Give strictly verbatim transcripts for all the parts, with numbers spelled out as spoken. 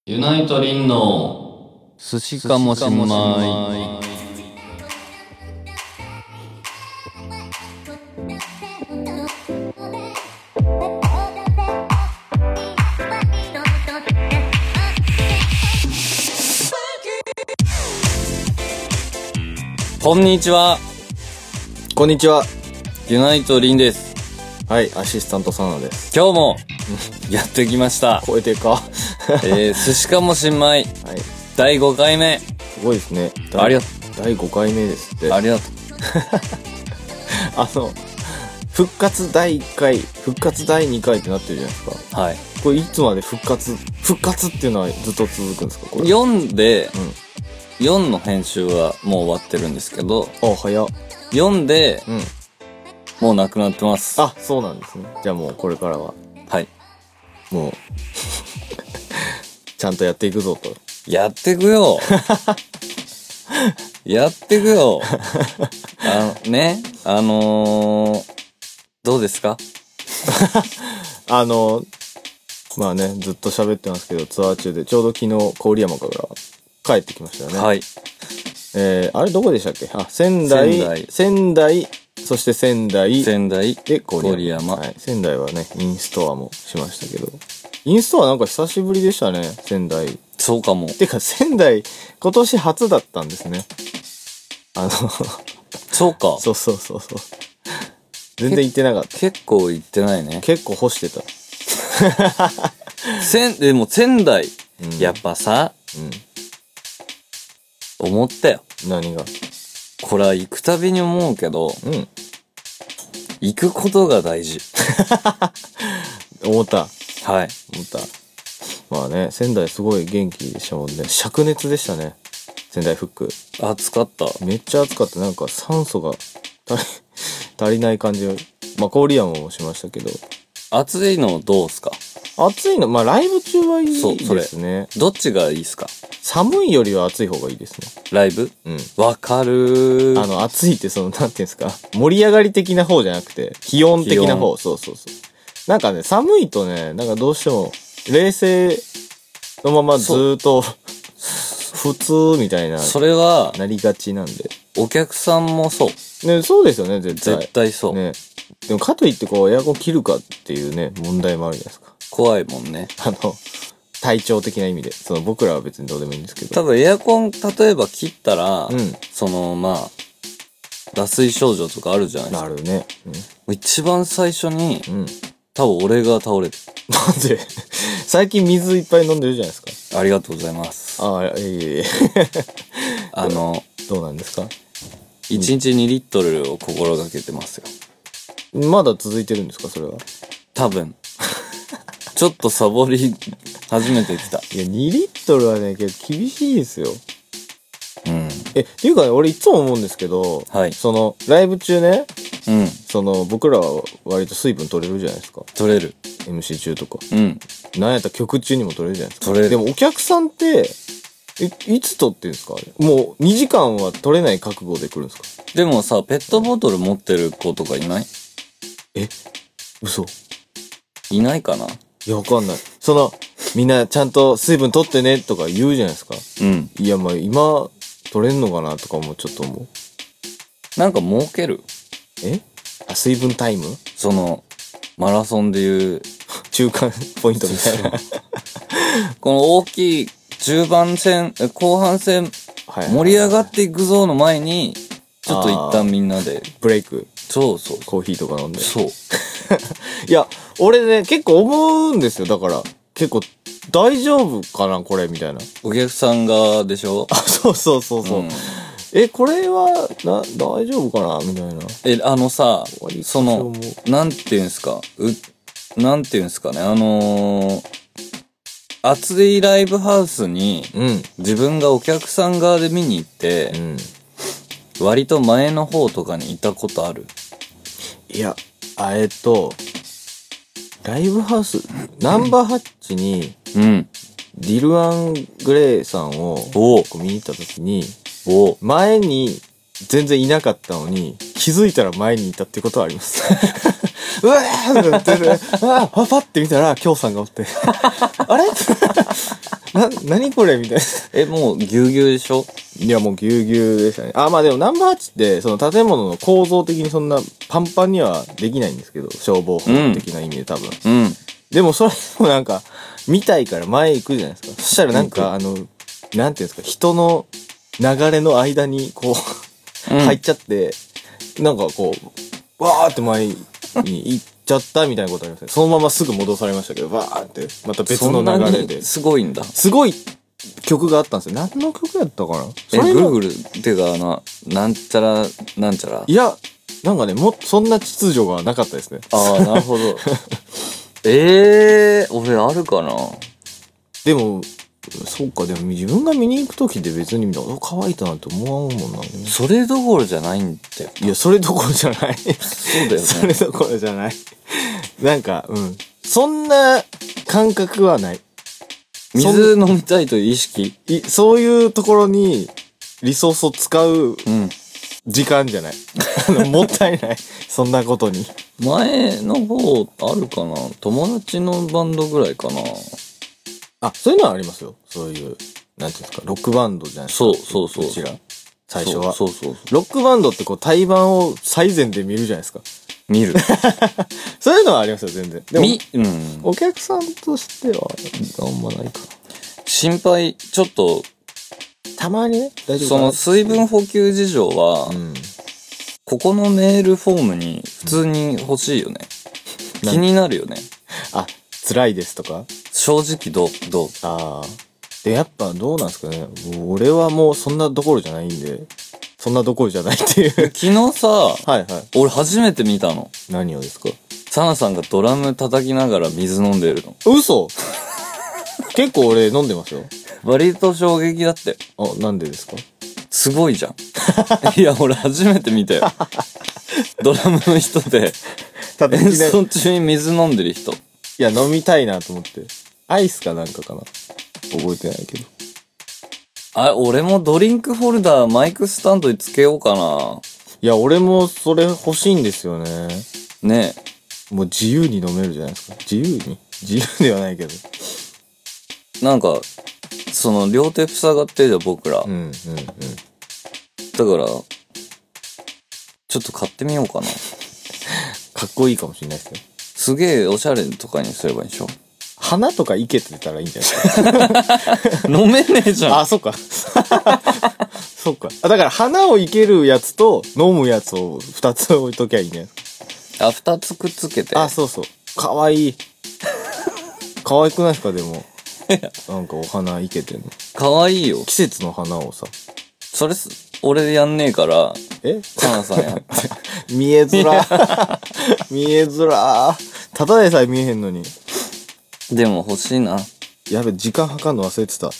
ユナイトリンの寿司かもしんない。こんにちは。 こんにちは。 ユナイトリンです。 はい、アシスタントサナです。 今日もやってきました。 超えてかえー、寿司かもしんまい。はい。だいごかいめ。 すごいですね。 ありがとう。だいごかいめですって。 ありがとう。 あの、復活だいいっかい、復活だいにかいってなってるじゃないですか。 はい。 これいつまで復活、復活っていうのはずっと続くんですかこれ。 よんで、 うん、 よんの編集はもう終わってるんですけど。 あ、早っ。 よんで、うん、もうなくなってます。 あ、そうなんですね。じゃあもうこれからは。 はい。 もう、ちゃんとやっていくぞと。 やってくよ。やってくよ。あの、ね、あのー、どうですかあの、まあね、ずっと喋ってますけど、ツアー中で、ちょうど昨日、郡山から帰ってきましたよね。 はい。 えー、あれどこでしたっけあ、仙台、仙台、仙台、そして仙台、 仙台、 で、郡山。 はい。仙台はね、インストアもしましたけど。インストアなんか久しぶりでしたね、仙台。 そうかも。 てか、仙台、今年初だったんですね。あのそうか。 そうそうそうそう。全然行ってなかった。 結構行ってないね。 結構干してた。 仙、でも仙台、うん、やっぱさ、うん、思ったよ。 何が？ これは行くたびに思うけど、うん、行くことが大事。 思った。 はい。 思った。まあね、仙台すごい元気でしたもんね。灼熱でしたね。仙台フック。 暑かった。 めっちゃ暑かった。なんか酸素が足り、足りない感じ。まあ、郡山もしましたけど。 暑いのどうすか？ 暑いの、まあ、ライブ中はいいですね。 どっちがいいっすか？ 寒いよりは暑い方がいいですね。 ライブ？うん。わかるー。 あの、暑いってその、なんていうんですか、盛り上がり的な方じゃなくて、気温的な方。そうそうそう。なんかね、寒いとね、なんかどうしても、冷静のままずーっと、普通みたいな。 それは、 なりがちなんで。 お客さんもそう。 ね、そうですよね、絶対。 絶対そう。 ね。でもかといってこう、エアコン切るかっていうね、問題もあるじゃないですか。 怖いもんね。 あの、体調的な意味で。その僕らは別にどうでもいいんですけど。 多分エアコン、例えば切ったら、うん、その、まあ、脱水症状とかあるじゃないですか。 なるね。 うん、一番最初に、うん、多分俺が倒れる。 なんで最近水いっぱい飲んでるじゃないですか。ありがとうございます。 ああ、いえいえ。 あの、 どうなんですか？ いちにちにリットルを心がけてますよ。まだ続いてるんですか、それは。 多分。ちょっとサボり始めてきた。 いや、にリットルはね、結構厳しいですよ。 うん。 え、っていうかね、俺いつも思うんですけど、はい。その、ライブ中ね、うん。その、僕らは割と水分取れるじゃないですか。 取れる。 エムシー 中とか。 うん。 なんやったら曲中にも取れるじゃないですか。 取れる。 でもお客さんって、え、いつ取ってんですか？もうにじかんは取れない覚悟で来るんですか？ でもさ、ペットボトル持ってる子とかいない？ え？嘘？ いないかな？ いや、わかんない。その、みんなちゃんと水分取ってねとか言うじゃないですか。うん。いや、まあ今、取れんのかなとかもちょっと思う。 なんか儲ける？ え？あ、水分タイム？ その、マラソンでいう、 中間ポイントみたいな。 この大きい中盤戦、後半戦、盛り上がっていくぞの前に、ちょっと一旦みんなで。 ブレイク。 そうそう。 コーヒーとか飲んで。 そう。 いや、俺ね、結構思うんですよ。だから、結構、大丈夫かなこれみたいな。 お客さんがでしょ？ あ、そうそうそうそう。うん、え、これは、な、大丈夫かなみたいな。 え、あのさ、その、なんていうんすか、う、なんていうんすかね、あのー、熱いライブハウスに、うん、自分がお客さん側で見に行って、うん、割と前の方とかにいたことある？ いや、あ、えっと、ライブハウス、ナンバーハッチに、うん、ディル・アン・グレイさんを見に行った時に、前に全然いなかったのに、気づいたら前にいたっていうことはあります。うわーって言ってる。あー、パッて見たら、京さんがおって。あれな、なにこれみたいな。 え、もうぎゅうぎゅうでしょ？ いや、もうぎゅうぎゅうでしたね。あ、まあでもナンバーはちって、その建物の構造的にそんなパンパンにはできないんですけど、消防法的な意味で多分。 うん。 でもそれもなんか、見たいから前行くじゃないですか。そしたらなんか、あの、なんていうんですか、人の流れの間にこう、入っちゃって、なんかこう、わーって前に行っちゃったみたいなことありますね。そのまますぐ戻されましたけど、わーって、また別の流れで。 すごいんだ。 すごい曲があったんですよ。何の曲やったかな。 え、ぐるぐるっていうか、あの、なんちゃら、なんちゃら。 いや、なんかね、も、そんな秩序がなかったですね。 ああ、なるほど。ええー、俺あるかな。 でも、そうか、でも自分が見に行くときで別に、あ、乾いたなって思わんもんな。 それどころじゃないんだよ。 いや、それどころじゃない。 そうだよね。 それどころじゃない。なんか、うん。そんな感覚はない。 水飲みたいという意識い、そういうところにリソースを使う時間じゃない。あの、もったいない。そんなことに。 前の方あるかな。友達のバンドぐらいかな。 あ、そういうのはありますよ。そういう、なんていうんですか、ロックバンドじゃないですか。 そうそうそう。 うちら。最初は。 そうそうそう。 ロックバンドってこう、対バンを最前で見るじゃないですか。 見る。 そういうのはありますよ、全然。でも、 み、うん。 お客さんとしては、あんまないかな。 心配、ちょっと、 たまにね、大丈夫かな。 その水分補給事情は、うん、ここのメールフォームに普通に欲しいよね。うん、気になるよね。 あ、辛いですとか正直どう、どうああ。で、やっぱどうなんですかね。もう俺はもうそんなどころじゃないんで、そんなどころじゃないっていう。 昨日さ、はいはい。 俺初めて見たの。 何をですか？ サナさんがドラム叩きながら水飲んでるの。 嘘結構俺飲んでますよ。 割と衝撃だって。 あ、なんでですか？ すごいじゃん。いや、俺初めて見たよ。ドラムの人で、演奏中に水飲んでる人。いや、飲みたいなと思って。アイスかなんかかな。覚えてないけど。 あ、俺もドリンクホルダーマイクスタンドにつけようかな。 いや、俺もそれ欲しいんですよね。 ねえ。もう自由に飲めるじゃないですか。自由に自由ではないけど。 なんか、その、両手塞がってるじゃん、僕ら。 うん、うん、うん。だから、ちょっと買ってみようかな。 かっこいいかもしれないですよ。 すげえおしゃれとかにすればいいでしょ。 花とかいけって言ったらいいんじゃないですか。 飲めねえじゃん。 あ、そっか。そっか。だから花をいけるやつと飲むやつを二つ置いときゃいいね。 あ、二つくっつけて。 あ、そうそう。かわいい。かわいくないですか、でも。なんかお花いけてんの。 かわいいよ。 季節の花をさ。 それす、俺やんねえから、 えサナさんや。 見えづら。見えづら。ただでさえ見えへんのに。 でも欲しいな。 やべ、時間計るの忘れてた。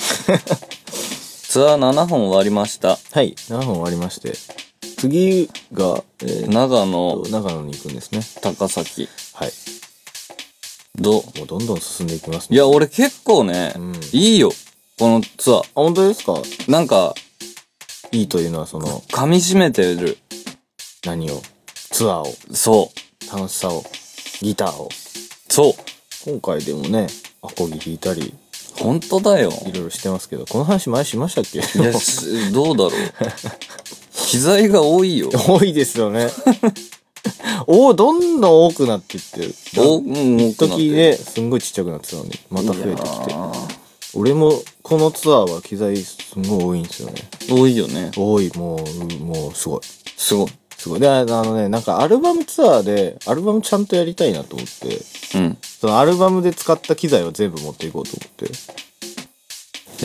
ツアーななほん終わりました。 はい、ななほん終わりまして。次が、 えー、長野。 長野に行くんですね。 高崎。 はい。 どう？ もうどんどん進んでいきますね。 いや、俺結構ね、うん、いいよ。このツアー。あ、 本当ですか？ なんか、 いいというのはその、 噛み締めてる。 何を？ツアーを。 そう。 楽しさを。ギターを。 そう。 今回でもね、アコギ弾いたり。 本当だよ。 いろいろしてますけど、この話前しましたっけ？ いや、どうだろう。機材が多いよ。 多いですよね。おどんどん多くなっていってる。 お、うん、多くなってる。 時ね、すんごいちっちゃくなってたのに、また増えてきて。俺も、このツアーは機材すんごい多いんですよね。 多いよね。 多い、もう、もう、すごい。 すごい。 すごい。で、あのね、なんかアルバムツアーで、アルバムちゃんとやりたいなと思って、 うん。 そのアルバムで使った機材を全部持っていこうと思って。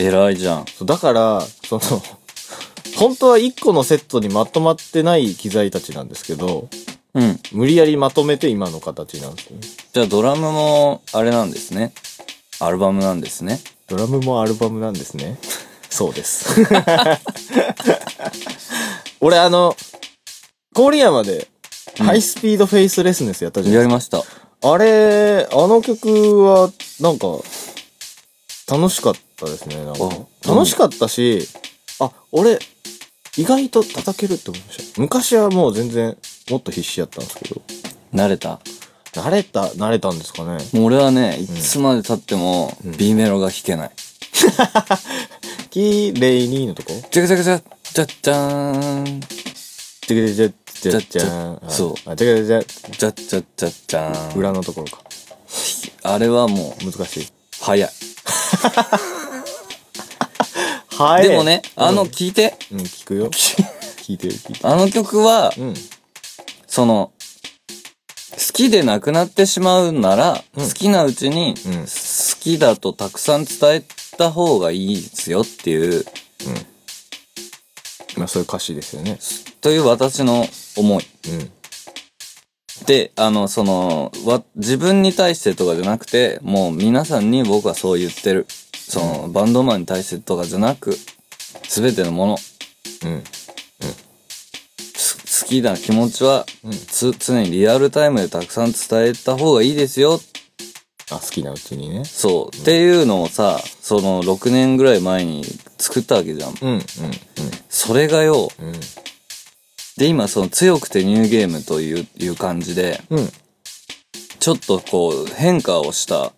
偉いじゃん。 そうだから、その、本当はいっこのセットにまとまってない機材たちなんですけど、 うん。 無理やりまとめて今の形なんですよね。 じゃあドラムも、あれなんですね。アルバムなんですね。 ドラムもアルバムなんですね。そうです。俺あの、郡山で、ハイスピードフェイスレスネスやったじゃないですか。 やりました。 あれ、あの曲は、なんか、楽しかったですね。なんか楽しかったし、あ、俺、意外と叩けるって思いました。昔はもう全然、もっと必死やったんですけど。 慣れた。 慣れた、慣れたんですかね。 もう俺はね、いつまで経っても、B メロが弾けない。 きれいにのとこじゃじゃじゃじゃじゃーん。 じゃじゃじゃじゃーん。 そう。 あ、じゃじゃじゃじゃじゃじゃーん。 裏のところか。 あれはもう、 難しい。 早い。 はい。 でもね、あの、聞いて。 うん、聞くよ。聞いてる、聞いてる。 あの曲は、 うん。 その、好きでなくなってしまうなら、 うん好きなうちに、 うん好きだとたくさん伝えた方がいいですよっていう、 まあ、そういう歌詞ですよね。 という私の思い。 うん。 で、あの、その、わ、自分に対してとかじゃなくて、もう皆さんに僕はそう言ってる。その、バンドマンに対してとかじゃなく、すべてのもの。 うん。 す好きな気持ちは、 うんつ、常にリアルタイムでたくさん伝えた方がいいですよ。 あ、好きなうちにね。 そう。っていうのをさ、その、ろくねんぐらい前に作ったわけじゃん。 うん、うん、 それがよ、 うん。うん。 で、今その強くてニューゲームという、いう感じで、 うん。 ちょっとこう、変化をした、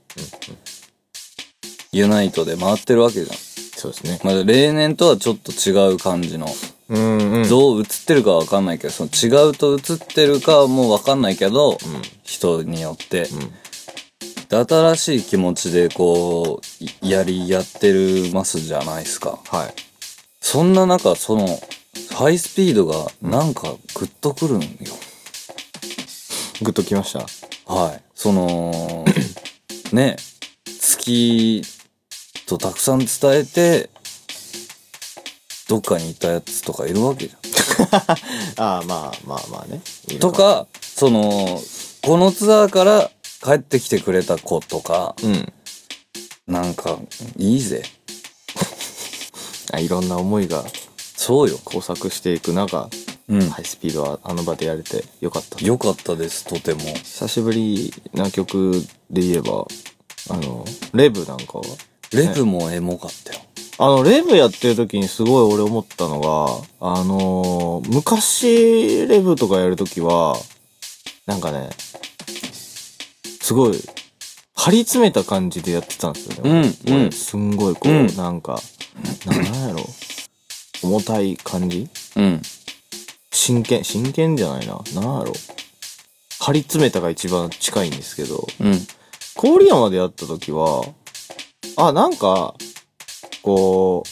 ユナイトで回ってるわけじゃん。 そうですね。 まあ、例年とはちょっと違う感じの、 うん、うん。 どう映ってるかわかんないけど、その違うと映ってるかはもうわかんないけど、人によって、で、新しい気持ちでこう、やり、やってるますじゃないですか。 はい。 そんな中、その、ハイスピードがなんかグッとくるんよ。 グッときました。 はい。その、ね、好きとたくさん伝えて、どっかにいたやつとかいるわけじゃん。 ああ、まあまあまあね。いいのと、か、その、このツアーから帰ってきてくれた子とか、 うん。 なんか、いいぜ。 あ、いろんな思いがそうよ。 交錯していく中、 うん。 ハイスピードはあの場でやれてよかった。 よかったです、とても。 久しぶりな曲で言えば、あの、レブなんかは。 レブもエモかったよ。 あの、レブやってる時にすごい俺思ったのが、あのー、昔レブとかやる時は、なんかね、すごい、張り詰めた感じでやってたんですよね。 うんうん俺すんごいこう、 うんなんか、な、なんやろ、重たい感じうん。 真剣、真剣じゃないな。なんやろ。張り詰めたが一番近いんですけど、 うん。 郡山でやった時は、あ、なんか、こ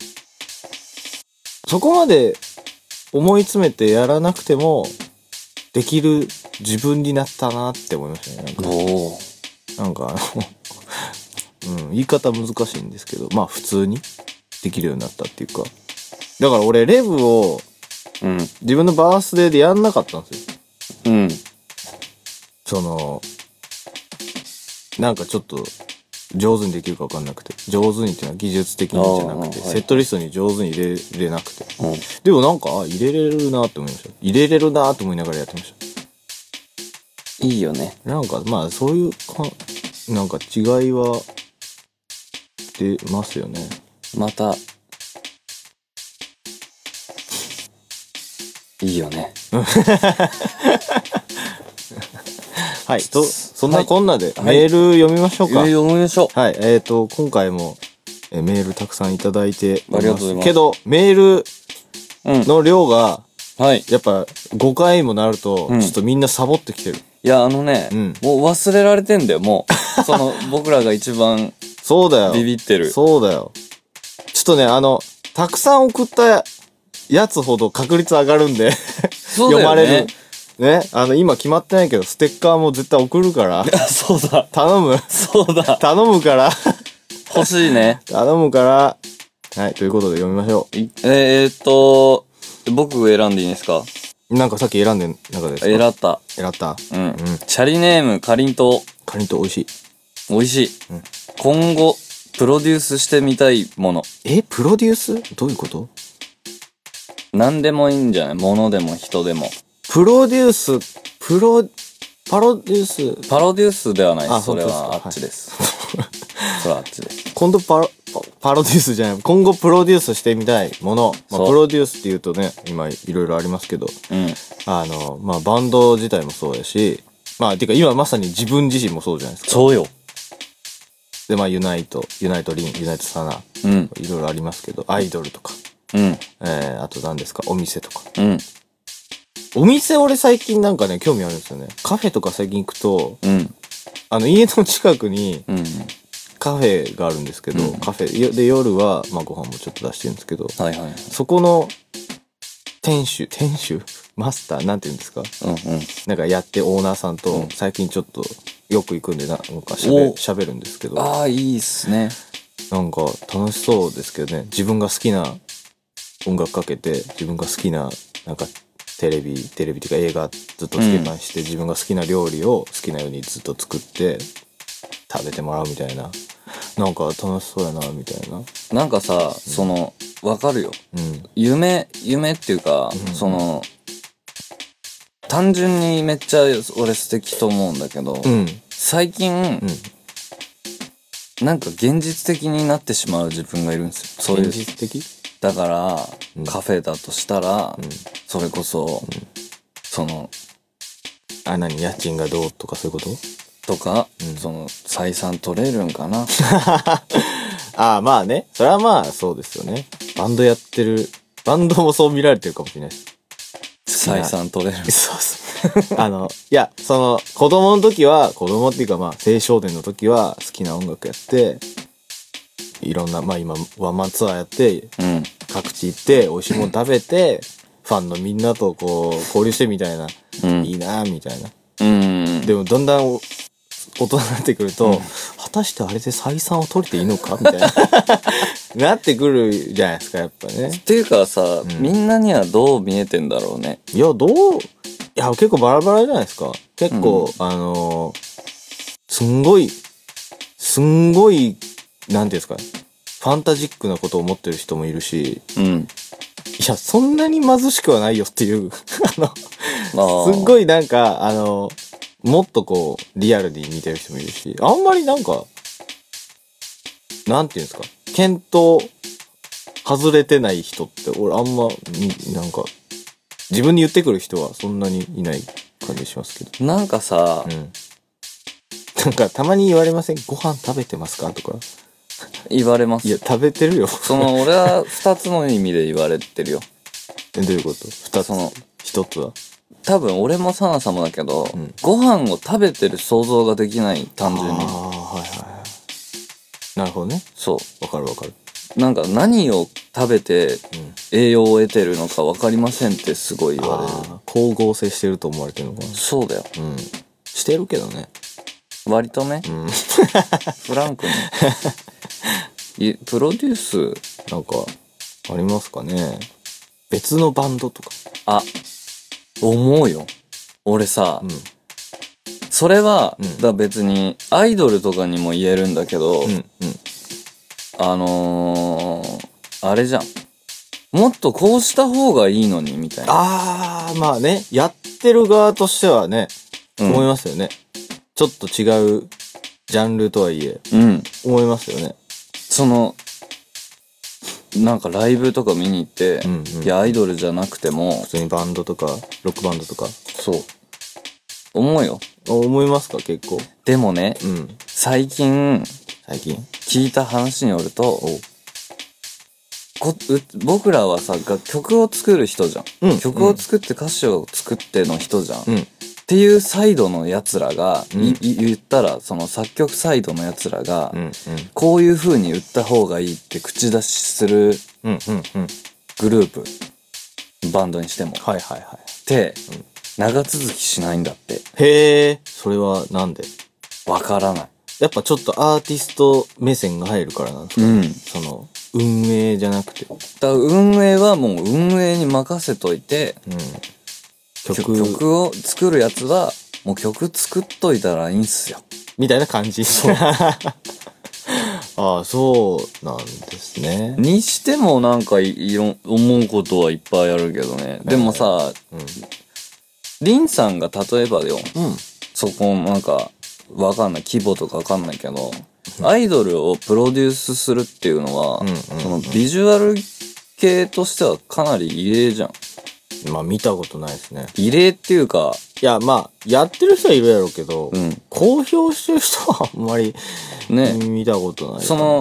う、そこまで思い詰めてやらなくても、できる自分になったなって思いましたね。なんか、 おー。 なんかあの、うん、言い方難しいんですけど、まあ普通にできるようになったっていうか。だから俺、レブをうん。 自分のバースデーでやんなかったんですよ。 うん。 その、なんかちょっと、上手にできるか分かんなくて。上手にっていうのは技術的にじゃなくて、 あーはいセットリストに上手に入れれなくて。 うん。 でもなんか、あ、入れれるなって思いました。入れれるなって思いながらやってましいいよね。 た。なんか、まあ、そういうか、なんか違いは、出ますよね。 また、いいよね。 はい。と、そんなはいこんなではいメール読みましょうか。 えー、読みましょう。 はい。えっと、今回も、えーメールたくさんいただいておりありがとうございますけど、メールうん。 の量が、 はい。 やっぱごかいもなると、 うんちょっとみんなサボってきてる。 いや、あのね、 うんもう忘れられてんだよ、もう。その、僕らが一番そうだよ。 ビビってる。 そうだよ。ちょっとね、あの、たくさん送ったやつほど確率上がるんで、 そうだよね読まれる。ね。あの、今決まってないけど、ステッカーも絶対送るから。 あ、そうだ。 頼む。 そうだ。 頼むから。 欲しいね。 頼むから。はい。ということで読みましょいえー、っと、僕選んでいいですか？ う。なんかさっき選んで中ですか？ 選った。 選った。 うん。 うん。 チャリネーム、かりんとう。 かりんとう美味しい。 美味しい。 うん今後、プロデュースしてみたいもの。 え、プロデュースどういうこと？ 何でもいいんじゃない？物でも人でも。 プロデュース、プロ、パロデュース。 パロデュースではないであす。それは本当ですかあっちです。それはあっちです。 今度パロ、パパロデュースじゃない。今後プロデュースしてみたいもの。まあ、 そうプロデュースって言うとね、今いろいろありますけど、 うん。 あの、まあ、バンド自体もそうやし、まあ、てか今まさに自分自身もそうじゃないですか。 そうよ。 で、まあ、ユナイト、ユナイトリン、ユナイトサナ、 うん。 いろいろありますけど、アイドルとか。 うん。 えー、あと何ですか、お店とか。 うん。 お店俺最近なんかね、興味あるんですよね。カフェとか最近行くと、 うん。 あの、家の近くに、 うん。 カフェがあるんですけど、うん、カフェ、で、夜は、まあ、ご飯もちょっと出してるんですけど、 はいはい。 そこの、店主、店主マスターなんて言うんですか、 うんうん。 なんかやってオーナーさんと、最近ちょっと、よく行くんでな、なんか喋、喋るんですけど。 ああ、いいっすね。 なんか、楽しそうですけどね。自分が好きな音楽かけて、自分が好きな、なんか、テレビ、テレビっていうか映画ずっとつけたりして、うん、自分が好きな料理を好きなようにずっと作って、食べてもらうみたいな。なんか楽しそうやな、みたいな。 なんかさ、うん、その、わかるよ。 うん。夢、 夢っていうか、うん、その、単純にめっちゃ俺素敵と思うんだけど、うん、最近、うん、なんか現実的になってしまう自分がいるんですよ。そういう。 現実的？ だから、うん、カフェだとしたら、うん、それこそ、うん、その、 あ、何？家賃がどうとかそういうこと？ とか、うん、その、採算取れるんかな。 ああ、まあね。それはまあ、そうですよね。バンドやってる、バンドもそう見られてるかもしれないです。 採算取れる。 そうそう。あの、いや、その、子供の時は、子供っていうかまあ、青少年の時は好きな音楽やって、いろんな、まあ今、ワンマンツアーやって、うん、各地行って、美味しいもの食べて、ファンのみんなとこう、交流してみたいな、うん、いいなみたいな。うん、でも、だんだん、大人になってくると、うん、果たしてあれで採算を取れていいのかみたいな。なってくるじゃないですか、やっぱね。 っていうかさ、うん、みんなにはどう見えてんだろうね。 いや、どう、いや、結構バラバラじゃないですか。結構、うん、あのー、すんごい、すんごい、なんていうんですか、ファンタジックなことを思ってる人もいるし、うん。いや、そんなに貧しくはないよっていう、あの、すっごいなんか、あのー、もっとこう、リアルに見てる人もいるし、あんまりなんか、なんていうんですか、見当、外れてない人って、俺あんま、なんか、自分に言ってくる人はそんなにいない感じしますけど。 なんかさ、 うん。なんか、たまに言われません？ご飯食べてますかとか。 言われます。 いや、食べてるよ。 その、俺は二つの意味で言われてるよ。 え、どういうこと？二つ。その、一つは多分俺もサナさんもだけど、うん、ご飯を食べてる想像ができない、単純に。ああ、はいはいはい。 なるほどね。 そう。 わかるわかる。 なんか何を食べて栄養を得てるのかわかりませんってすごい言われる。 あ、光合成してると思われてるのかな。 そうだよ。 うん。してるけどね。 割とね。うん。フランクに。プロデュース。 なんか、ありますかね。別のバンドとか。 あ、思うよ。俺さ、うん、それは、うん、だ別にアイドルとかにも言えるんだけど、うんうん、あのー、あれじゃん。もっとこうした方がいいのに、みたいな。 あー、まあね、やってる側としてはね、うん、思いますよね。ちょっと違うジャンルとはいえ、うん、思いますよね。 その、なんかライブとか見に行って、うんうん、いや、アイドルじゃなくても、 普通にバンドとか、ロックバンドとか。 そう。思うよ。 思いますか、結構。 でもね、うん、最近、 最近聞いた話によると、こ僕らはさ、曲を作る人じゃん。うん、曲を作って歌詞を作っての人じゃん。うん、っていうサイドの奴らが、うん、言ったら、その作曲サイドの奴らが、うんうん、こういう風に売った方がいいって口出しするグループ、バンドにしても。 はいはいはい。 って、うん、長続きしないんだって。 へー、それはなんで？ わからない。 やっぱちょっとアーティスト目線が入るからなんですかね。うん。その、運営じゃなくて。だから運営はもう運営に任せといて、うん。曲曲を作るやつは、もう曲作っといたらいいんすよ。 みたいな感じ。そう。ああ、そうなんですね。 にしてもなんかいろ思うことはいっぱいあるけどね。でもさ、うん、リンさんが例えばよ、うん、そこなんか、わかんない、規模とかわかんないけど、うん、アイドルをプロデュースするっていうのは、うんうんうん、そのビジュアル系としてはかなり異例じゃん。 まあ見たことないですね。 異例っていうか、 いや、まあ、やってる人はいるやろうけど、 うん。 公表してる人はあんまり、 ね。 見たことない。 その、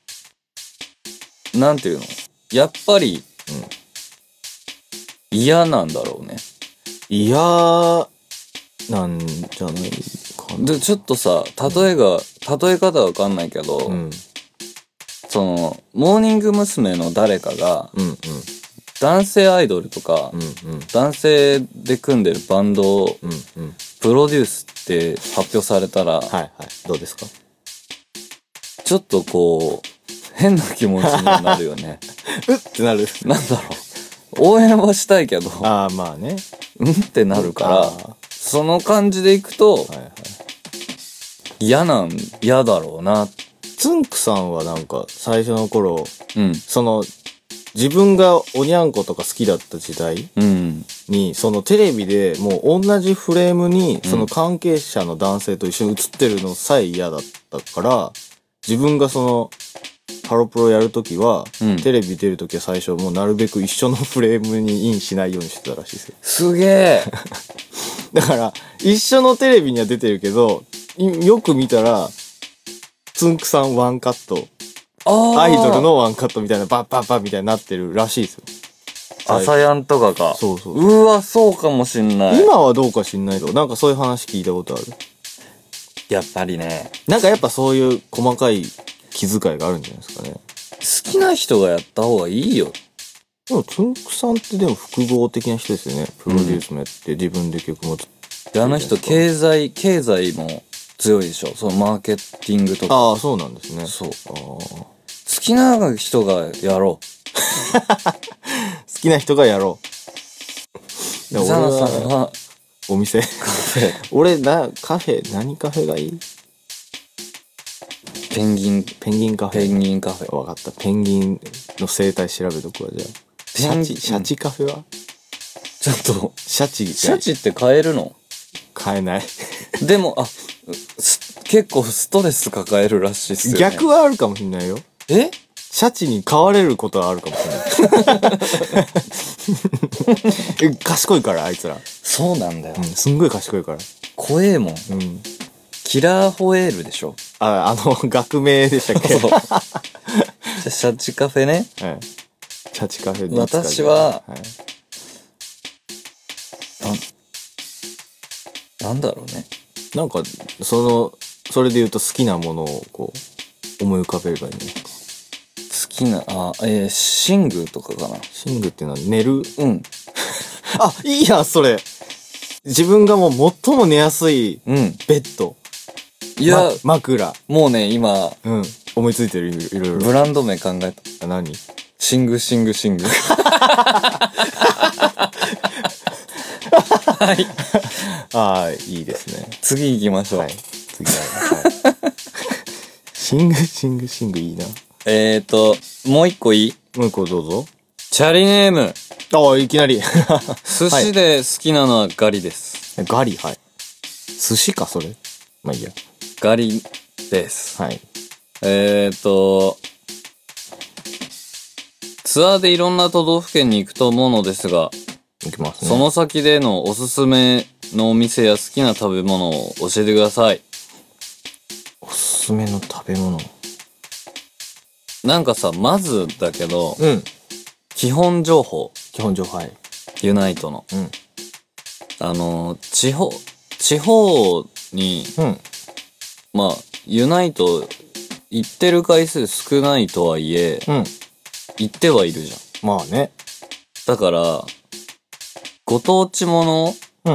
なんていうのやっぱり、うん、嫌なんだろうね。 嫌なんじゃないかな。 で、ちょっとさ、例えが、例え方わかんないけど、うん、その、モーニング娘。の誰かが、うんうん、男性アイドルとか、うんうん、男性で組んでるバンドを、うんうん、プロデュースって発表されたら、はいはい、 どうですか？ ちょっとこう、変な気持ちになるよね。 うってなる。 なんだろう。応援はしたいけど、 ああ、まあね。 うんってなるから、その感じでいくと、はいはい、嫌なん、嫌だろうな。 つんくさんはなんか最初の頃、うん、その、自分がおにゃんことか好きだった時代に、うん、そのテレビでもう同じフレームに、その関係者の男性と一緒に映ってるのさえ嫌だったから、自分がその、ハロプロやるときは、うん、テレビ出るときは最初もうなるべく一緒のフレームにインしないようにしてたらしいですよ。 すげえだから、一緒のテレビには出てるけど、よく見たら、つんくさんワンカット、アイドルのワンカットみたいな、バッバッバッみたいになってるらしいですよ。 朝やんとかか。 そうそう。 うわ、そうかもしんない。 今はどうかしんないけど、なんかそういう話聞いたことある。 やっぱりね。 なんかやっぱそういう細かい気遣いがあるんじゃないですかね。 好きな人がやった方がいいよ。 でも、つんくさんってでも複合的な人ですよね。プロデュースもやって、自分で曲も作って。 で、あの人、経済、経済も強いでしょ。そのマーケティングとか。 ああ、そうなんですね。 そう。あ好きな人がやろう。 好きな人がやろう。 ザナさんは、 お店。カフェ。俺、な、カフェ、何カフェがいい？ ペンギン、 ペンギンカフェ。 ペンギンカフェ。 わかった。ペンギンの生態調べとくわ、じゃあ。シャチ、シャチカフェはちょっと、 シャチ。 シャチって買えるの？ 買えない。でも、あ、 結構ストレス抱えるらしいっすよね。 逆はあるかもしんないよ。 え？ シャチに飼われることはあるかもしれない。賢いから、あいつら。 そうなんだよ。 うん、すんごい賢いから。 怖えもん。うん。キラーホエールでしょ。 あ、あの、学名でしたっけ？そう。じゃシャチカフェね。 はい。シャチカフェで私は、はい、な、なんだろうね。 なんか、その、それで言うと好きなものをこう、思い浮かべればいいんですか？ 好きな、あ、えー、寝具とかかな。 寝具っていうのは寝る？ うん。 あ、いいや、それ。自分がもう最も寝やすい、ベッド。 うん、いや、 ま、枕。 もうね、今、 うん。思いついてる、いろいろ。 ブランド名考えた。 あ、何？ シングシングシング。はい。 ああ、いいですね。 次行きましょう。はい。 次は、はい。シングシングシングいいな。 えーと、もう一個いい？ もう一個どうぞ。 チャリネーム。 ああ、いきなり。 寿司で好きなのはガリです。 はい、ガリ、はい。寿司か、それ。まあいいや。 ガリです。 はい。 えーと、ツアーでいろんな都道府県に行くと思うのですが、 行きますね。 その先でのおすすめのお店や好きな食べ物を教えてください。 おすすめの食べ物。 なんかさ、まずだけど、 うん。 基本情報。 基本情報、はい。 ユナイトの。 うん。 あの、地方、地方に、 うん。 まあ、ユナイト行ってる回数少ないとはいえ、 うん。 行ってはいるじゃん。まあね。 だから、ご当地ものうん。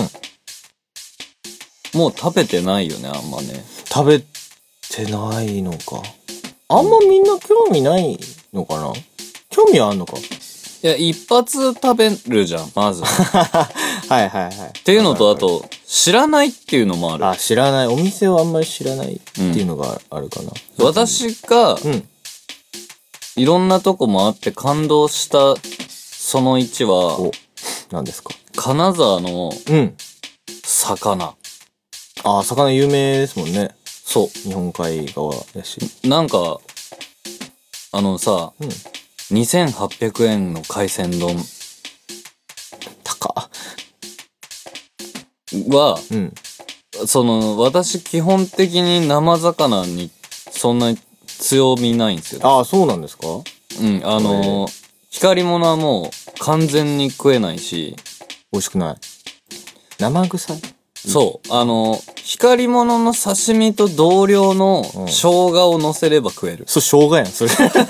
もう食べてないよね、あんまね。 食べてないのか。あんまみんな興味ないのかな？興味はあんのか？ いや、一発食べるじゃん、まず。 はいはいはい。 っていうのと、あと、知らないっていうのもある。 あ、知らない。お店をあんまり知らないっていうのがあるかな。 うん、私が、 うん。 いろんなとこもあって感動したそのいちは、 お、何ですか？ 金沢の、 うん。 魚。 ああ、魚有名ですもんね。 そう。 日本海側やし。 なんか、あのさ、うん。にせんはっぴゃくえんの海鮮丼。 高っ。 は、 うん。 その、私基本的に生魚にそんなに強みないんですよ。 ああ、そうなんですか？ うん、あのー、光り物はもう完全に食えないし。 美味しくない。生臭い。 そう。あのー、光り物の刺身と同量の生姜を乗せれば食える。 うん、そう、生姜やん、それ。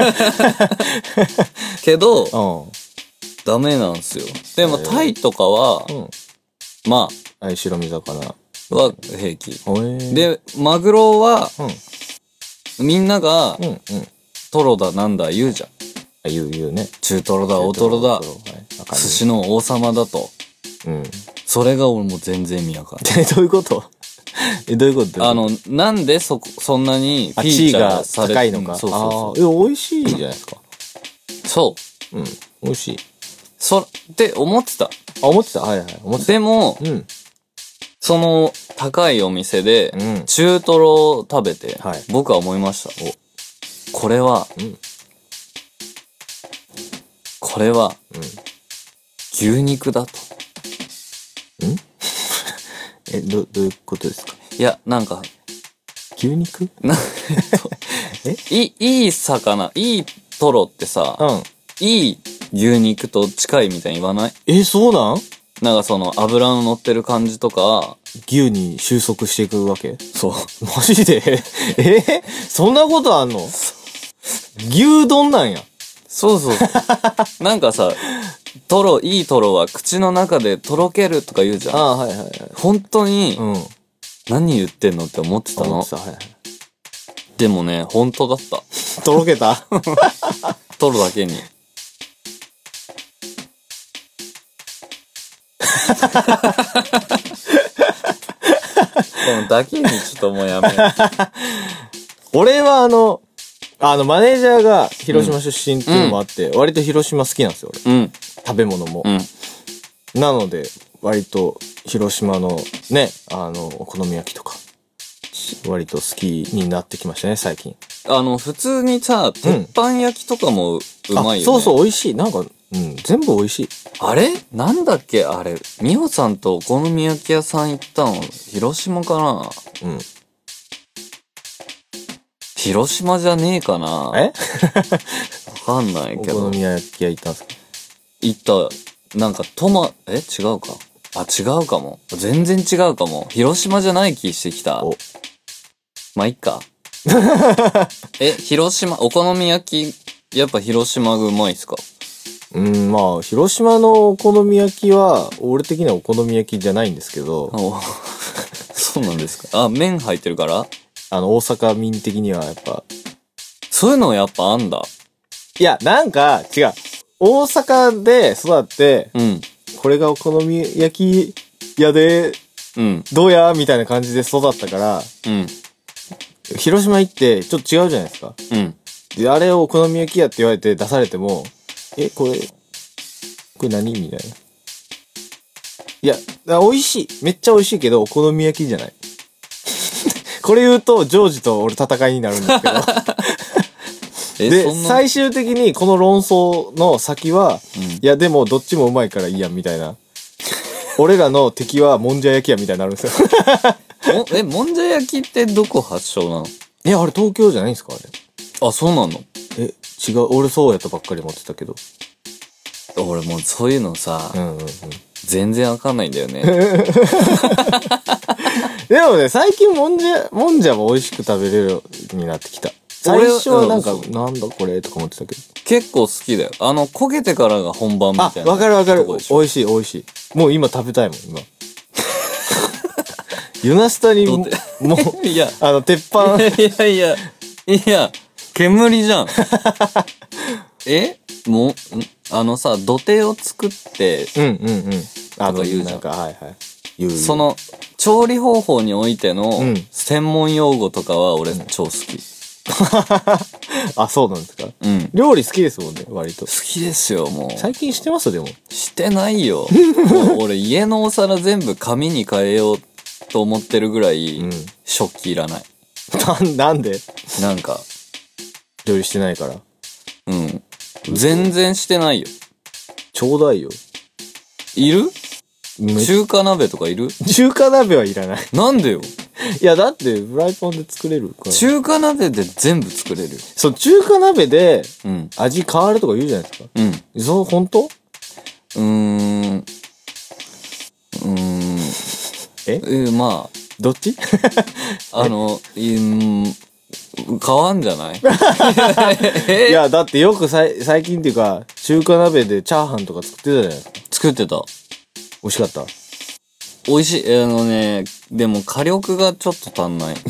けど、 うん。 ダメなんですよ。でも、タイとかは、うん、まあ、あい白身魚は平気。 ーで、マグロは、うん、みんなが、 うんうん、 トロだなんだ言うじゃん。 あ、言う言うね。 中トロだ、大トロだ、はい、寿司の王様だと。うん。それが俺も全然意味わかんない。 え、どういうことえ、どういうことあの、なんでそ、そんなにフィーチャーされて高いのか。 そうそうそう。 ああ、美味しいじゃないですか。 そう。 うん。美味しい。 そ、って思ってた。 あ、思ってた。はいはい。思ってた。 でも、うん。その、高いお店で、中トロを食べて、はい、僕は思いました。お、これは、うん、これは、うん、牛肉だと。 んえ、ど、どういうことですか？ いや、なんか、 牛肉な、えいい、いい魚、いいトロってさ、うん、いい牛肉と近いみたいに言わない？ え、そうなん？ なんかその油の乗ってる感じとか、 牛に収束していくわけ？ そう。 マジでえそんなことあんの？牛丼なんや。 そうそうそう。なんかさ、トロ、いいトロは口の中でとろけるとか言うじゃん。 ああ、はいはいはい。 本当に、うん、何言ってんのって思ってたの。 思ってた、はいはい。 でもね、本当だった。 とろけたトロだけに。でもだけにちょっともうやめよう。 俺はあの、あの、マネージャーが広島出身っていうのもあって、うん、割と広島好きなんですよ、俺。うん。食べ物も。うん。なので、割と広島のね、あの、お好み焼きとか、割と好きになってきましたね、最近。 あの、普通にさ、鉄板焼きとかもうまいよね。 そうそう、美味しい。なんか、うん、全部美味しい。 あれなんだっけあれ。美穂さんとお好み焼き屋さん行ったの、広島かな？うん。広島じゃねえかな？ えわかんないけど。 お好み焼き屋行ったんすか？ 行った。なんかトマ、え違うか。あ、違うかも。全然違うかも。広島じゃない気してきた。お。まあ、いっか。え、広島、お好み焼き、やっぱ広島がうまいっすか？ うん、まあ、広島のお好み焼きは、俺的にはお好み焼きじゃないんですけど。 そうなんですか。あ、麺入ってるから？ あの、大阪民的にはやっぱ。 そういうのやっぱあんだ。 いや、なんか、違う。大阪で育って、うん。これがお好み焼き屋で、うん。どうやみたいな感じで育ったから、うん。広島行って、ちょっと違うじゃないですか。うん。で、あれをお好み焼き屋って言われて出されても、え、これ、これ何みたいな。いや、美味しい。めっちゃ美味しいけど、お好み焼きじゃない。これ言うと、ジョージと俺戦いになるんですけど。で、最終的にこの論争の先は、うん、いやでもどっちもうまいからいいやんみたいな。俺らの敵はもんじゃ焼きやみたいになるんですよ。 え、もんじゃ焼きってどこ発祥なの？ いや、あれ東京じゃないんですかあれ。 あ、そうなの？ え、違う。俺そうやったばっかり思ってたけど。 俺もうそういうのさ、うんうんうん、全然わかんないんだよね。 でもね、最近もんじゃ、もんじゃも美味しく食べれるようになってきた。最初はなんか、なんだこれとか思ってたけど。 結構好きだよ。あの、焦げてからが本番みたいな。 あ、わかるわかる。美味しい美味しい。もう今食べたいもん、今。ユナスタに、もう、いや、あの、鉄板。 いやいや、いや、煙じゃん。えもう、あのさ、土手を作って、 うんうんうん。あの、言うじゃん。なんか、はいはい。 言う言う。その、調理方法においての、専門用語とかは俺超好き。 あ、そうなんですか？うん。料理好きですもんね、割と。 好きですよ、もう。 最近してますでも。 してないよ。もう俺家のお皿全部紙に変えようと思ってるぐらい、うん、食器いらない。 な、なんで？ なんか。 料理してないから。 うん。全然してないよ。 ちょうだいよ。 いる？ 中華鍋とかいる？ 中華鍋はいらない。 なんでよ。 いや、だって、フライパンで作れるから。 中華鍋で全部作れる。 そう、中華鍋で、 うん。 味変わるとか言うじゃないですか。 うん。 そう、本当？ うーん。うーん。 ええ、まあ。 どっちあの、いん、変わんじゃないいや、だってよくさい最近っていうか、中華鍋でチャーハンとか作ってたじゃないですか。 作ってた。 美味しかった。 美味しい。あのね、でも火力がちょっと足んない。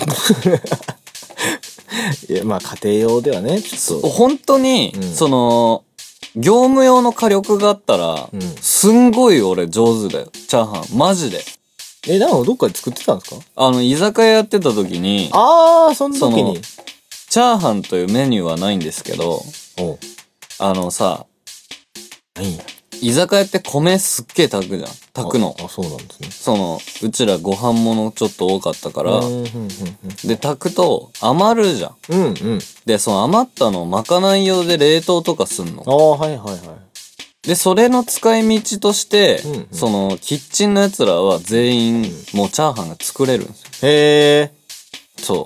いや、まあ家庭用ではね、ちょっと。 本当に、うん、その、業務用の火力があったら、うん、すんごい俺上手だよ。チャーハン。マジで。 え、なんかどっかで作ってたんですか？ あの、居酒屋やってた時に。 あー、その時に。 チャーハンというメニューはないんですけど、 おあのさ、 何？ 居酒屋って米すっげえ炊くじゃん。炊くの。 あ、あ、そうなんですね。 その、うちらご飯ものちょっと多かったから、で、炊くと余るじゃん。 うんうん。 で、その余ったのをまかない用で冷凍とかすんの。 ああ、はいはいはい。 で、それの使い道として、うんうん、その、キッチンの奴らは全員、もうチャーハンが作れるんですよ。 へー。 そう。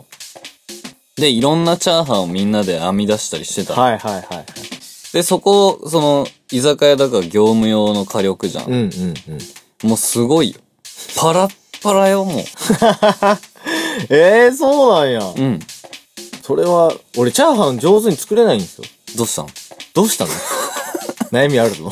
で、いろんなチャーハンをみんなで編み出したりしてた。 はいはいはいはい。 で、そこ、その、居酒屋だから業務用の火力じゃん。 うんうんうん。 もうすごいよ。パラッパラよ、もう。 えー、そうなんや。 うん。 それは、俺チャーハン上手に作れないんですよ。 どうしたの？ どうしたの？悩みあるの？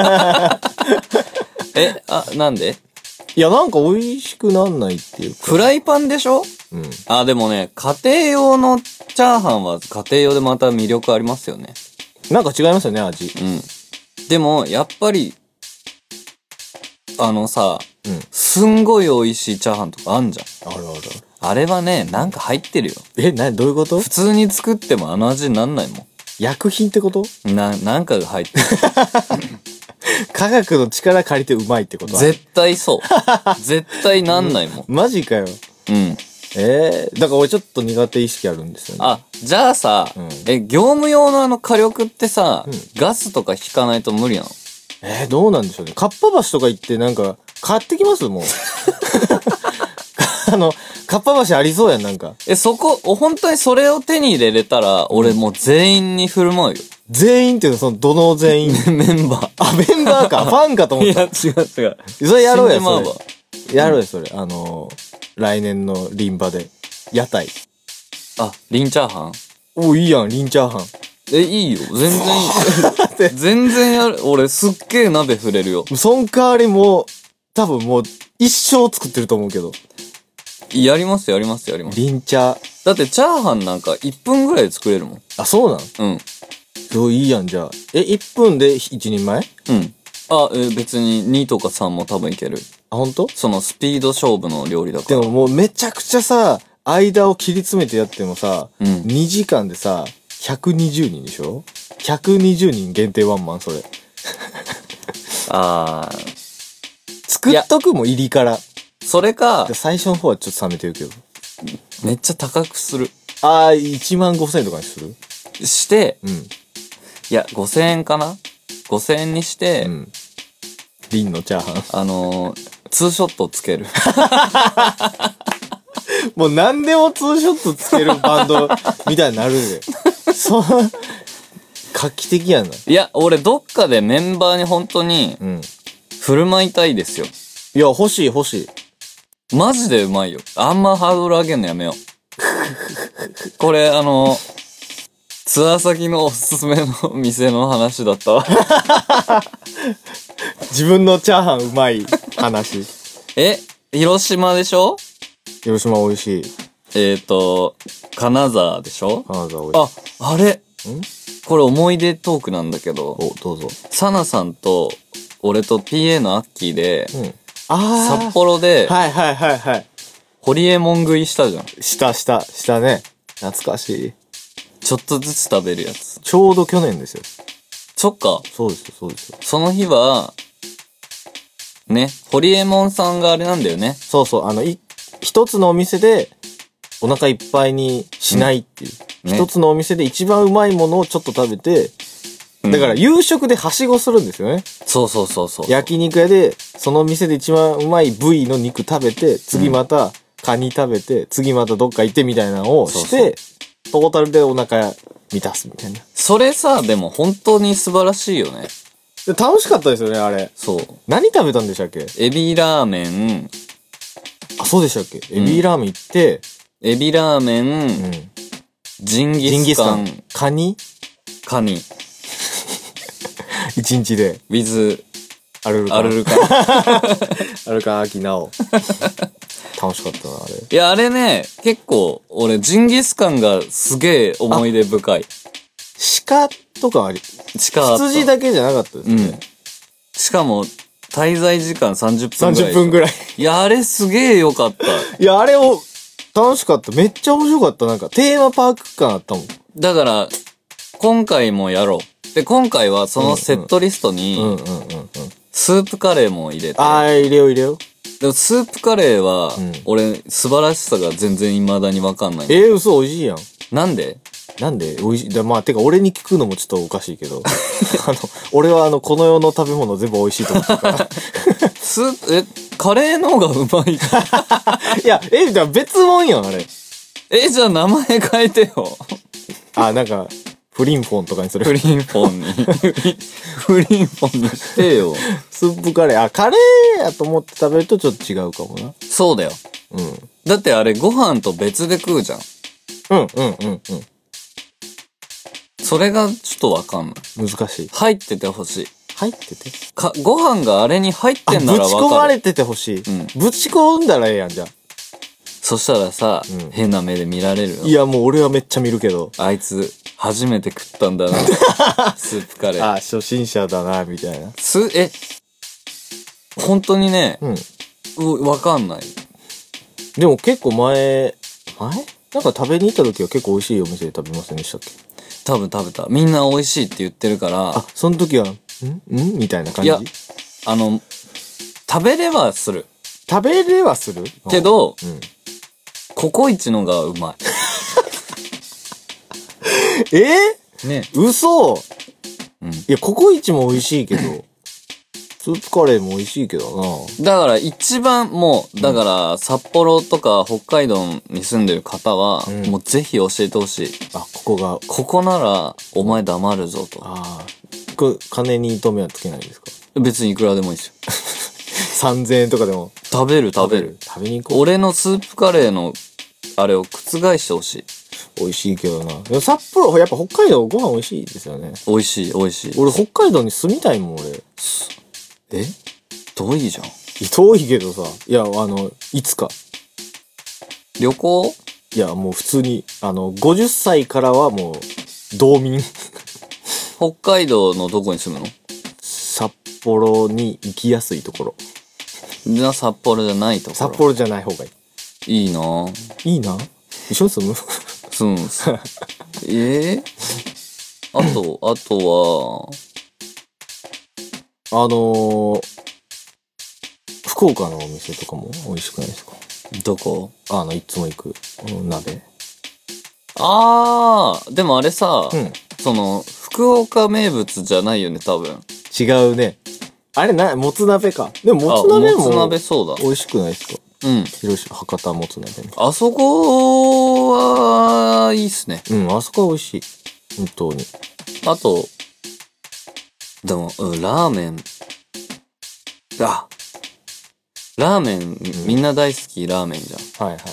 え、あ、なんで？ いや、なんか美味しくなんないっていうか。 フライパンでしょ？ うん。 あ、でもね、家庭用のチャーハンは家庭用でまた魅力ありますよね。 なんか違いますよね、味。 うん。でも、やっぱり、あのさ、 うん、 すんごい美味しいチャーハンとかあんじゃん。 あるある。 あれはね、なんか入ってるよ。 え、な、どういうこと？ 普通に作ってもあの味になんないもん。 薬品ってこと？ な、なんかが入ってる。 科学の力借りてうまいってこと？ 絶対そう。絶対なんないもん。 マジかよ。 うん。 ええー、だから俺ちょっと苦手意識あるんですよね。 あ、じゃあさ、うん、え、業務用のあの火力ってさ、うん、ガスとか引かないと無理なの？ えー、どうなんでしょうね。かっぱ橋とか行ってなんか、買ってきますもう。あの、かっぱ橋ありそうやん、なんか。 え、そこ、本当にそれを手に入れれたら、俺もう全員に振る舞うよ。 全員っていうのはその、どの全員メンバー。 あ、メンバーか。ファンかと思った。 いや、違う違う。 それやろうや、それ。やろうや、それ。あのー、来年のリンバで。屋台。 あ、リンチャーハン？ お、いいやん、リンチャーハン。 え、いいよ。全然いい。全然やる。俺すっげえ鍋振れるよ。 そん代わりもう、多分もう、一生作ってると思うけど。 やりますやりますやります。 リンチャー。 だってチャーハンなんかいっぷんぐらいで作れるもん。 あ、そうなの？ うん。 そう、いいやん、じゃあ。え、いっぷんで一人前？ うん。あ、え、別ににとかさんも多分いける。 あ、ほんと？ そのスピード勝負の料理だから。 でももうめちゃくちゃさ、間を切り詰めてやってもさ、うん、にじかんでさ、ひゃくにじゅうにんでしょ？ ひゃくにじゅうにん限定ワンマン、それ。 あー。 作っとくも入りから。 それか、 最初の方はちょっと冷めてるけど。 めっちゃ高くする。 あー、いちまんごせんえんとかにする？ して、 うん。いや、ごせんえんかな ?ごせんえんにして、うん。 リンのチャーハン。あのー、ツーショットつける。 もう何でもツーショットつけるバンドみたいになるで。そう、画期的やな。 いや、俺どっかでメンバーに本当に、振る舞いたいですよ。 いや、欲しい欲しい。マジでうまいよ。あんまハードル上げんのやめよう。これ、あの、ツアー先のおすすめの店の話だったわ。 自分のチャーハンうまい話。 え、広島でしょ？ 広島美味しい。 えっと、金沢でしょ？ 金沢美味しい。 あ、あれ。ん？これ思い出トークなんだけど。 お、どうぞ。 サナさんと、俺と ピーエー のアッキーで、うん、 あ札幌で、 はいはいはいはい。 ホリエモン食いしたじゃん。 したした、したね。懐かしい。 ちょっとずつ食べるやつ。 ちょうど去年ですよ。 そっか。 そうですよ、そうですよ。 その日は、ね、ホリエモンさんがあれなんだよね。 そうそう、あの、い、一つのお店で、お腹いっぱいにしないっていう。うんね、一つのお店で一番うまいものをちょっと食べて、 だから夕食ではしごするんですよね。 そうそうそうそう。 焼肉屋で、その店で一番うまい部位の肉食べて、次またカニ食べて、次またどっか行ってみたいなのをして、トータルでお腹満たすみたいな。 それさ、でも本当に素晴らしいよね。 で楽しかったですよね、あれ。 そう。 何食べたんでしたっけ？ エビラーメン。 あ、そうでしたっけ？エビラーメン行って、 うん、エビラーメン、うん、ジンギスカン。 カニカニ。 一日で。 ウィズ、 アルルカン。 アルルカン。 アルルカン、アキナオ。楽しかったな、あれ。 いや、あれね、結構、俺、ジンギスカンがすげえ思い出深い。 鹿とかあり、 鹿羊だけじゃなかったですね。うん。 しかも、滞在時間さんじゅっぷんぐらい。 さんじゅっぷんぐらい。 いや、あれすげえよかった。 いや、あれを、楽しかった。めっちゃ面白かった。なんか、テーマパーク感あったもん。 だから、今回もやろう。で、今回はそのセットリストに、スープカレーも入れて。 ああ、入れよう入れよう。 でもスープカレーは、俺、素晴らしさが全然未だにわかんない。 えー、嘘、美味しいやん。 なんでなんで美味しい。まあ、てか俺に聞くのもちょっとおかしいけど。あの、俺はあの、この世の食べ物全部美味しいと思ってるから。 スープ、え、カレーの方がうまい。 いや、え、じゃあ別もんやん、あれ。 え、じゃあ名前変えてよ。 あ、なんか、フリンフォンとかにする。 フリンフォンに。フリンフォンにしてよ。 スープカレー。あ、カレーやと思って食べるとちょっと違うかもな。 そうだよ。 うん。 だってあれご飯と別で食うじゃん。 うん、うん、うん、うん。 それがちょっとわかんない。 難しい。 入っててほしい。 入っててか、ご飯があれに入ってんならわかる。 ぶち込まれててほしい。うん。ぶち込んだらええやん、じゃあ。 そしたらさ、うん、変な目で見られるよ。 いや、もう俺はめっちゃ見るけど。 あいつ、初めて食ったんだな。スープカレー。 あ、初心者だな、みたいな。 す、え、本当にね、うん。わかんない。 でも結構前、前なんか食べに行った時は結構美味しいお店で食べませんでしたっけ？ 多分食べた。みんな美味しいって言ってるから。 あ、その時は、んんみたいな感じ？いや、 あの、食べれはする。 食べれはするけど、うん、ココイチのがうまい。 えー、ね。 嘘、うん、いや、ココイチも美味しいけど、スープカレーも美味しいけどな。 だから一番もう、だから札幌とか北海道に住んでる方は、うん、もうぜひ教えてほしい。 あ、ここが。 ここなら、お前黙るぞと。 ああ。これ、金に糸目はつけないんですか？ 別にいくらでもいいですよ。 さんぜんえんとかでも。 食べる食べる。 食べに行こう。 俺のスープカレーの、あれを覆してほしい。 美味しいけどな。札幌、やっぱ北海道ご飯美味しいですよね。 美味しい、美味しい。 俺北海道に住みたいもん、俺。 え？遠いじゃん。 遠いけどさ。いや、あの、いつか。 旅行？ いや、もう普通に、あの、ごじゅっさいからはもう、道民。 北海道のどこに住むの？ 札幌に行きやすいところ。 じゃあ札幌じゃないところ。 札幌じゃない方がいい。いいなぁ。 いいな？一緒に住む？ 住むんす。ええー、あと、あとは、あのー、福岡のお店とかも美味しくないですか？ どこ？ あの、いつも行く、鍋。 あー、でもあれさ、 うん、 その、福岡名物じゃないよね、多分。 違うね。あれな、もつ鍋か。でももつ鍋も。 もつ鍋そうだ。 美味しくないですか？うん。広島、博多もつ鍋みたいな。 あそこは、いいっすね。 うん、あそこは美味しい。本当に。 あと、でも、うん、ラーメン。あ、ラーメン、うん、みんな大好きラーメンじゃん。はいはい。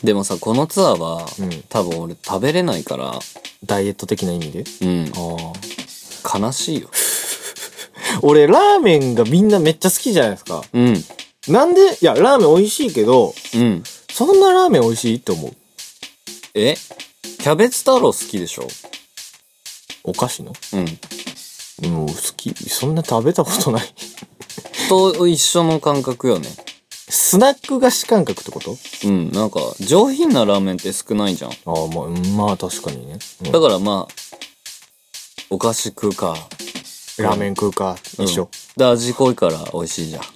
でもさ、このツアーは、うん、多分俺食べれないから。 ダイエット的な意味で？うん。 ああ。悲しいよ。 俺、ラーメンがみんなめっちゃ好きじゃないですか。うん。なんで、いや、ラーメン美味しいけど、うん。そんなラーメン美味しいって思う。 え？キャベツ太郎好きでしょ？ お菓子の？うん。もう好き、そんな食べたことない。 と一緒の感覚よね。 スナック菓子感覚ってこと？ うん、なんか、上品なラーメンって少ないじゃん。ああ、まあ、まあ確かにね。 うん、だからまあ、お菓子食うか。 ラーメン食うか、一緒。 で、味濃いから美味しいじゃん。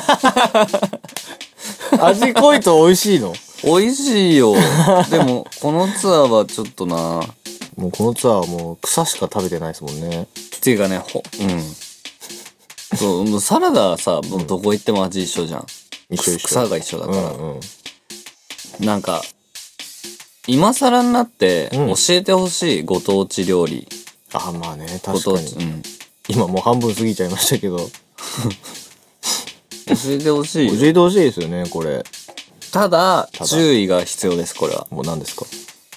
味濃いと美味しいの？ 美味しいよ。でも、このツアーはちょっとな。 もうこのツアーはもう草しか食べてないですもんね。 っていうかね、ほ、うん。そう、もうサラダはさ、もうどこ行っても味一緒じゃん。 一緒一緒。 草が一緒だから。 うんうん。 なんか、今更になってうん教えてほしいご当地料理。 あ、まあね、 ご確かに。 当地、うん。 今もう半分過ぎちゃいましたけど。 教えてほしいよ。 教えてほしいですよね、これ。 ただ、 ただ注意が必要です、これは。 もう何ですか？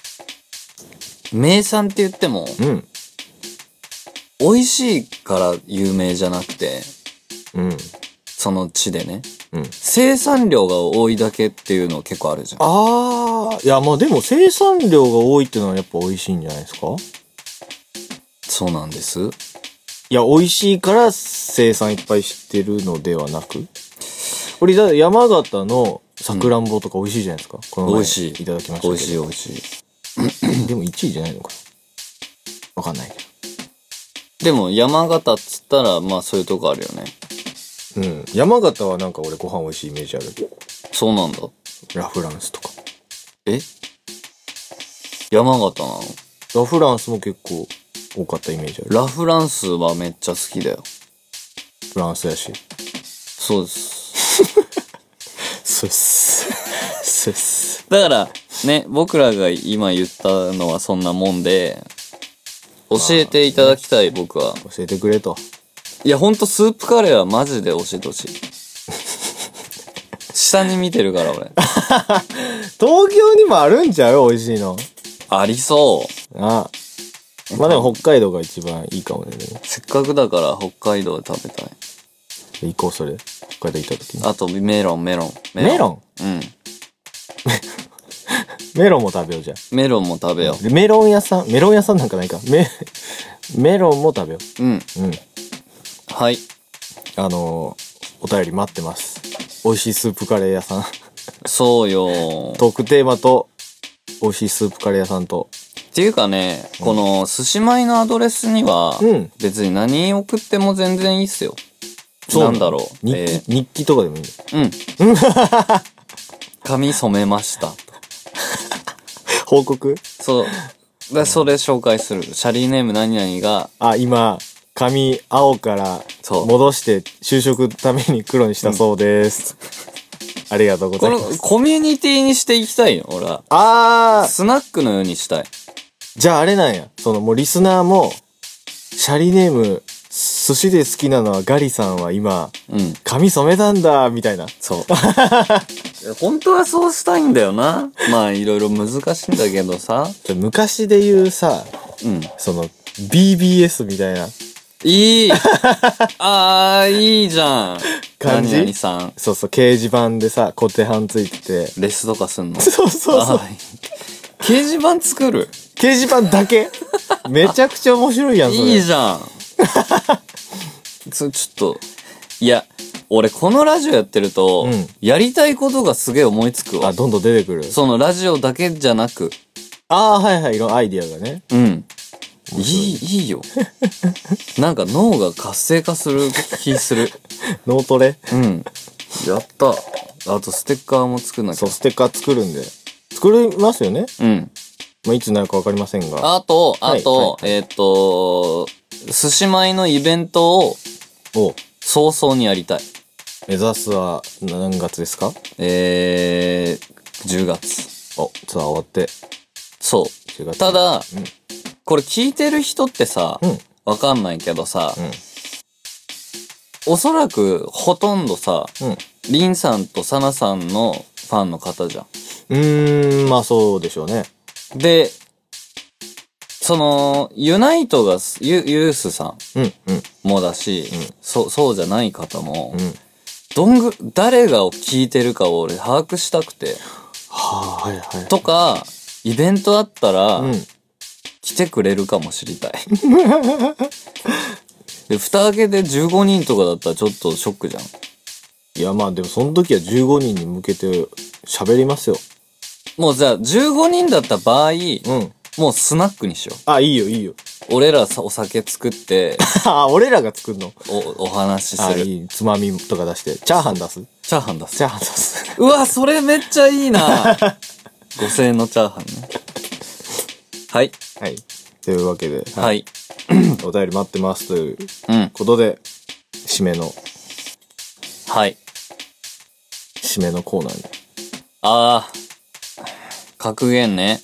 名産って言っても、 うん。 美味しいから有名じゃなくて、 うん。 その地でね。 うん。 生産量が多いだけっていうの結構あるじゃん。 あー、いや、まあでも生産量が多いっていうのはやっぱ美味しいんじゃないですか？ そうなんです。 いや、美味しいから生産いっぱいしてるのではなく、これだ山形のさくらんぼとか美味しいじゃないですか。うん、この前美味しい。 いただきましたけど。 美味しい美味しい。 でもいちいじゃないのかな、わかんないけど。 でも山形っつったら、まあそういうとこあるよね。 うん。山形はなんか俺ご飯美味しいイメージある。 そうなんだ。 ラ・フランスとか。 え山形なの？ ラ・フランスも結構多かったイメージある。 ラ・フランスはめっちゃ好きだよ。 フランスやし。 そうです。 そうっす。そうっす。 だから、ね、僕らが今言ったのはそんなもんで、教えていただきたい、僕は。 教えてくれと。 いや、ほんとスープカレーはマジで教えてほしい。下に見てるから俺。 東京にもあるんちゃう？美味しいの。 ありそう。 あまあでも北海道が一番いいかもね。 せっかくだから北海道で食べたい。 行こう、それ。北海道行った時に。 あとメロン、メロン。 メロン？ うん。 メロンも食べようじゃん。 メロンも食べよう。メロン屋さんメロン屋さんなんかないか。メ、メロンも食べよう。うん。 う。うん。 はい。 あのー、お便り待ってます。美味しいスープカレー屋さん。 そうよ。 トークテーマと、美味しいスープカレー屋さんと。 っていうかね、うん、この寿司米のアドレスには、うん、別に何送っても全然いいっすよ。そうなんだろう。 日記、えー、日記とかでもいいんだ。うん。髪染めました。 報告？ そう。で、それ紹介する。シャリーネーム何々が。 あ、今、髪青から戻して就職のために黒にしたそうです。うん、ありがとうございます。 このコミュニティにしていきたいの俺は。 あー。 スナックのようにしたい。 じゃああれなんや。そのもうリスナーも、シャリネーム、寿司で好きなのはガリさんは今、うん、髪染めたんだ、みたいな。 そう。本当はそうしたいんだよな。まあいろいろ難しいんだけどさ。 昔で言うさ、うん、その ビービーエス みたいな。 いいあー、いいじゃん。 感じ？ 何々さん。 そうそう、掲示板でさ、固定版ついてて。 レスとかすんの？ そうそうそう。 掲示板作る？ 掲示板だけめちゃくちゃ面白いやん、それ。 いいじゃん。そちょっと、いや、俺このラジオやってると、うん、やりたいことがすげえ思いつくわ。 あ、どんどん出てくる。 そのラジオだけじゃなく。 ああ、はいはい、いろんなアイディアがね。 うん。いい、いいよ。なんか脳が活性化する気する。 脳トレ？ うん。やった。あとステッカーも作んなきゃ。 そう、ステッカー作るんで。作りますよね？うん。まあ、いつになるかわかりませんが。 あと、あと、はいはい、えっ、ー、と、寿司米のイベントを、お早々にやりたい。 目指すは何月ですか？ えー、じゅうがつ。 お、ツアー終わって。 そう。じゅうがつ。ただ、うん、これ聞いてる人ってさ、うん、わかんないけどさ、うん、おそらくほとんどさ、うん、リンさんとサナさんのファンの方じゃん。 うーん、まあそうでしょうね。 で、その、ユナイトが、ユ、ユースさんもだし、うんうん、そ、そうじゃない方も、うん、どんぐ、誰がを聞いてるかを俺把握したくて、 はあ、はいはい。 とか、イベントあったら、うん、来てくれるかも知りたい。で、蓋開けでじゅうごにんとかだったらちょっとショックじゃん。 いやまあでもその時はじゅうごにんに向けて喋りますよ。もうじゃあじゅうごにんだった場合、うん。もうスナックにしよう。 あ、いいよいいよ。 俺らさ、お酒作って、 あ、俺らが作るの？ お、お話しする。あ、 いい。つまみとか出して。チャーハン出す？ チャーハン出す。 チャーハン出す。 うわ、それめっちゃいいなごせんえんのチャーハンね。はい。 はい。というわけで。 はい。 お便り待ってますということで、うん、締めの。 はい。 締めのコーナーに。 あー、格言ね。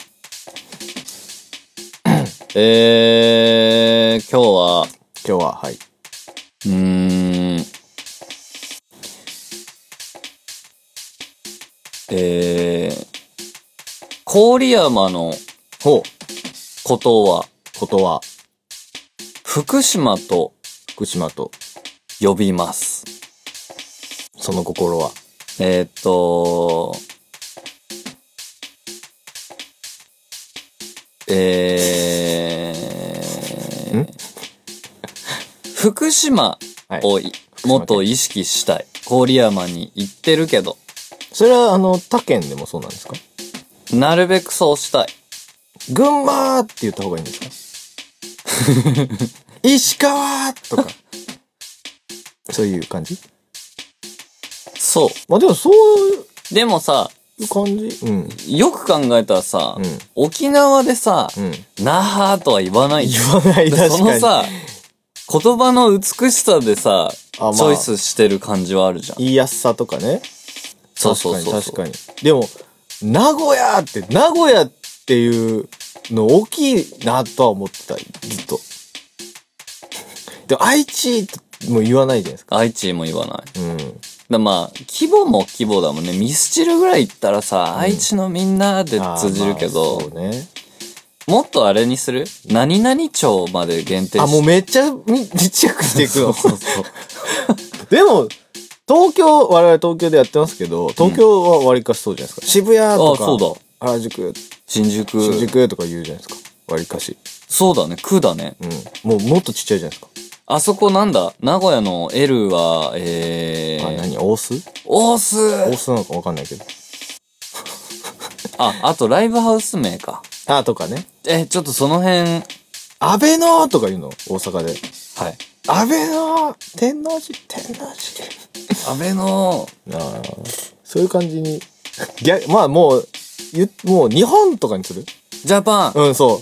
えー、今日は、 今日は、はい。 うーん。えー、郡山の、 ほう。 ことは、 ことは、 福島と、 福島と、 呼びます。 その心は。 えー、っと、えー、 ん福島を、はい、もっと意識したい。郡山に行ってるけど。 それはあの、他県でもそうなんですか？ なるべくそうしたい。 群馬ーって言った方がいいんですか？石川とか。そういう感じ？ そう。 まあでもそうでもさ、 いう感じ？うん。 よく考えたらさ、うん、沖縄でさ、うん、那覇とは言わない言わない、確かに。 そのさ、言葉の美しさでさ、まあ、チョイスしてる感じはあるじゃん。 言いやすさとかね。 そうそうそう。 確かに。確かに。でも、名古屋って、名古屋っていうの大きいなとは思ってた、ずっと。でも、愛知も言わないじゃないですか。 愛知も言わない。 うん。 だまあ、規模も規模だもんね。ミスチルぐらい行ったらさ、うん、愛知のみんなで通じるけど、 まあ、そうね。 もっとあれにする？何々町まで限定して。 あ、もうめっちゃみ、ちっちゃくしていくの。そうそうそう。でも、東京、我々東京でやってますけど、東京は割かしそうじゃないですか。うん、渋谷とか。 あ、そうだ。 原宿。 新宿。 新宿とか言うじゃないですか。割かし。 そうだね。区だね。 うん。もうもっとちっちゃいじゃないですか。 あそこなんだ？名古屋の L は、えー。 あ、何？大須？ 大須大須なのかわかんないけど。 あ、あとライブハウス名か。 あ、とかね。 え、ちょっとその辺。 安倍のとか言うの？大阪で。 はい。 安倍の天王寺天王寺安倍のああ、そういう感じに。逆、まあもう、ゆ、もう日本とかにする？ ジャパン。 うん、そう。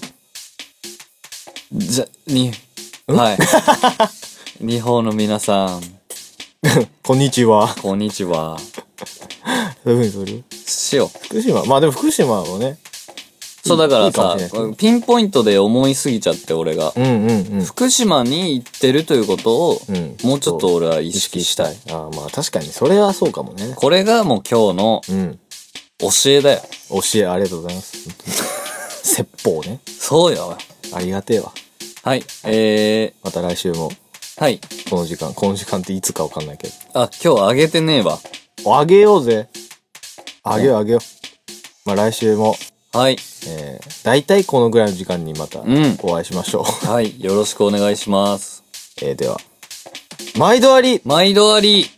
じゃ、に、はい。日本の皆さん。 こんにちは。 こんにちは。 そういう風にする？ しよう。 福島。まあでも福島もね。 そうだからさ、ピンポイントで思いすぎちゃって俺が。 うんうんうん。 福島に行ってるということを、うん、もうちょっと俺は意識したい。 ああ、まあ確かにそれはそうかもね。 これがもう今日の、教えだよ。 教え、ありがとうございます。説法ね。 そうよ。 ありがてえわ。 はい。えー。 また来週も。 はい。 この時間、この時間っていつかわかんないけど。 あ、今日あげてねえわ。 あげようぜ。あげようあげよう。まあ来週も。 はい。 えー、だいたいこのぐらいの時間にまたお会いしましょう。 うん、はい。よろしくお願いします。 えー、では。毎度あり毎度あり